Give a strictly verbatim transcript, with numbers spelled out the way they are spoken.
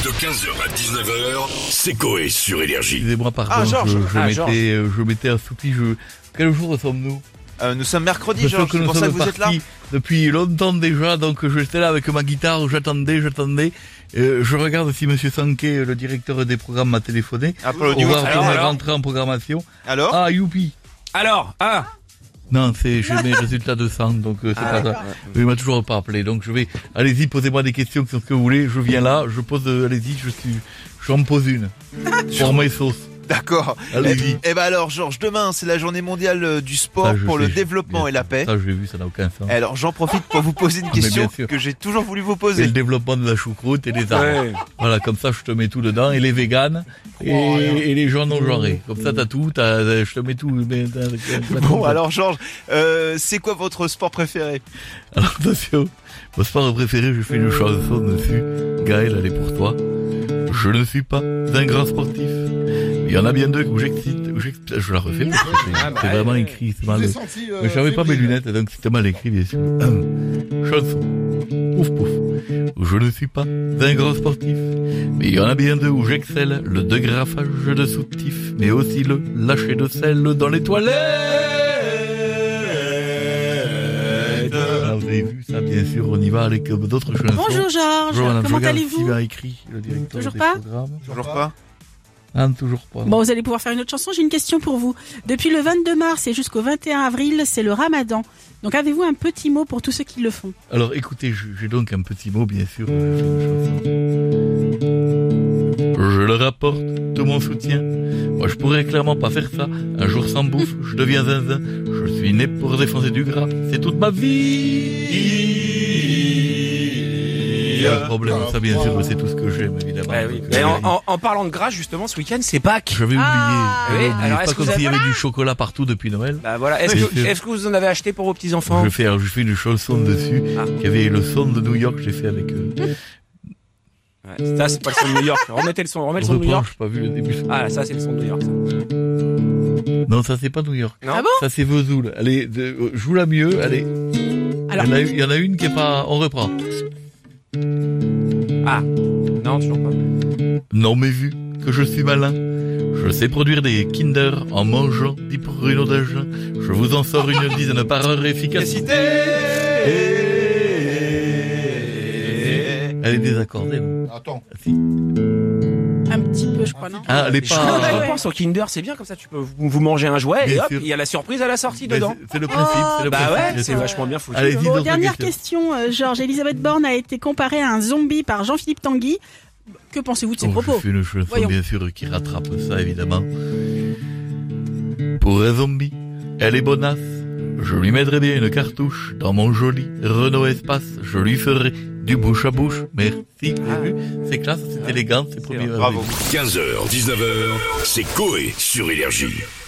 De quinze heures à dix-neuf heures, c'est Coé sur Énergie. Excusez-moi, pardon, Ah, Georges. je, je Ah, m'étais, Georges. euh, je m'étais assoupi, je... Quel jour sommes-nous? Euh, nous sommes mercredi, Parce Georges, que c'est nous pour ça que sommes vous êtes là. partis depuis longtemps déjà, donc j'étais là avec ma guitare, j'attendais, j'attendais. Euh, je regarde si Monsieur Sanquet, le directeur des programmes, m'a téléphoné. Après On l'audio, va alors, on va alors, rentrer en programmation. alors Ah, youpi. Alors, ah, Non, c'est, j'ai mes résultats de sang, donc euh, c'est Ah, pas ça. Il m'a toujours pas appelé, donc je vais, allez-y, posez-moi des questions sur ce que vous voulez, je viens là, je pose, euh, allez-y, je suis, j'en pose une. Pour mes sauces. D'accord. Allez-y. Eh ben alors, Georges, demain, c'est la journée mondiale euh, du sport Ça, je pour sais, le je- développement bien et la sûr. paix. Ça, j'ai vu, ça n'a aucun sens. Alors, j'en profite pour vous poser une Ah, mais question bien sûr. que j'ai toujours voulu vous C'est poser. le développement de la choucroute et des arbres. ouais. Voilà, comme ça, je te mets tout dedans, et les véganes, et, et les gens non genrés. Comme ça, t'as tout, t'as, je te mets tout. Mais t'as- t'as- Bon, alors, Georges, euh, c'est quoi votre sport préféré? Alors, attention, mon sport préféré, je fais une chanson dessus. Gaël, elle est pour toi. Je ne suis pas un grand sportif. Il y en a bien deux où j'excite, où j'excite. Je la refais parce que c'est, Ah, bah, c'est vraiment ouais. écrit, c'est mal. Mais j'avais pas mes lunettes, donc c'était mal écrit, bien sûr. Hum. Chanson. Pouf pouf. Je ne suis pas un grand sportif, mais il y en a bien deux où j'excelle. Le dégrafage de soutif, mais aussi le lâcher de sel dans les toilettes. Ah, vous avez vu ça, bien sûr, on y va avec euh, d'autres chansons. Bonjour Georges, Bonjour, madame, je comment regarde allez-vous? qui m'a écrit, le directeur Toujours des pas programmes. Toujours pas? Ah, toujours pas. Bon, vous allez pouvoir faire une autre chanson, j'ai une question pour vous. Depuis le vingt-deux mars et jusqu'au vingt et un avril, c'est le ramadan. Donc avez-vous un petit mot pour tous ceux qui le font? Alors écoutez, je- j'ai donc un petit mot, bien sûr. Je fais une chanson. Je leur apporte tout mon soutien. Moi, je pourrais clairement pas faire ça. Un jour sans bouffe, je deviens zinzin. Je suis né pour défoncer du gras. C'est toute ma vie. Le problème, ça bien sûr, c'est tout ce que j'aime, évidemment. Ouais, oui. Donc, Mais euh, en, en- en parlant de gras, justement, ce week-end, c'est Pâques. J'avais oublié. Ah, J'avais oui, oublié. alors, C'est est-ce pas que comme vous s'il y avez- avait du chocolat partout depuis Noël. Bah voilà. Est-ce Oui, que, c'est- est-ce que vous en avez acheté pour vos petits enfants? Je fais, alors, je fais une chanson dessus, Ah. qui avait le son de New York, j'ai fait avec eux. Ouais, ça, c'est pas le son de New York. Remettez le son. Remets le son de New Reprends, York. j'ai pas vu le début. Ah, ça, c'est le son de New York. Ça. Non, ça c'est pas New York. Non. Ah bon? Ça c'est Vesoul. Allez, de, euh, joue la mieux, allez. Alors, Il y en a, il y en a une qui est pas, on reprend. Ah, non, toujours pas. Non mais vu que je suis malin, je sais produire des Kinder en mangeant dix pruneaux d'âge. Je vous en sors une dizaine par heure efficacité. Elle est désaccordée. non Attends. Si. un petit peu, je crois, non? Ah, elle est Je pas. pense au Kinder, c'est bien comme ça. Tu peux vous, vous manger un jouet et Bien hop, sûr. il y a la surprise à la sortie Mais dedans. c'est- C'est le principe. c'est le Bah principe, ouais, bien c'est sûr. vachement bien foutu. Allez-y, Bon, d'autres dernière questions. question, euh, Georges. Elisabeth Borne a été comparée à un zombie par Jean-Philippe Tanguy. Que pensez-vous de ces Oh, propos? je fais une chanson Voyons. bien sûr qui rattrape ça évidemment. Pour un zombie, elle est bonasse. Je lui mettrai bien une cartouche dans mon joli Renault Espace. Je lui ferai du bouche à bouche. Merci. Vous avez vu? C'est classe, c'est élégant, c'est premier. Bravo. quinze heures, dix-neuf heures, c'est Coé sur Énergie.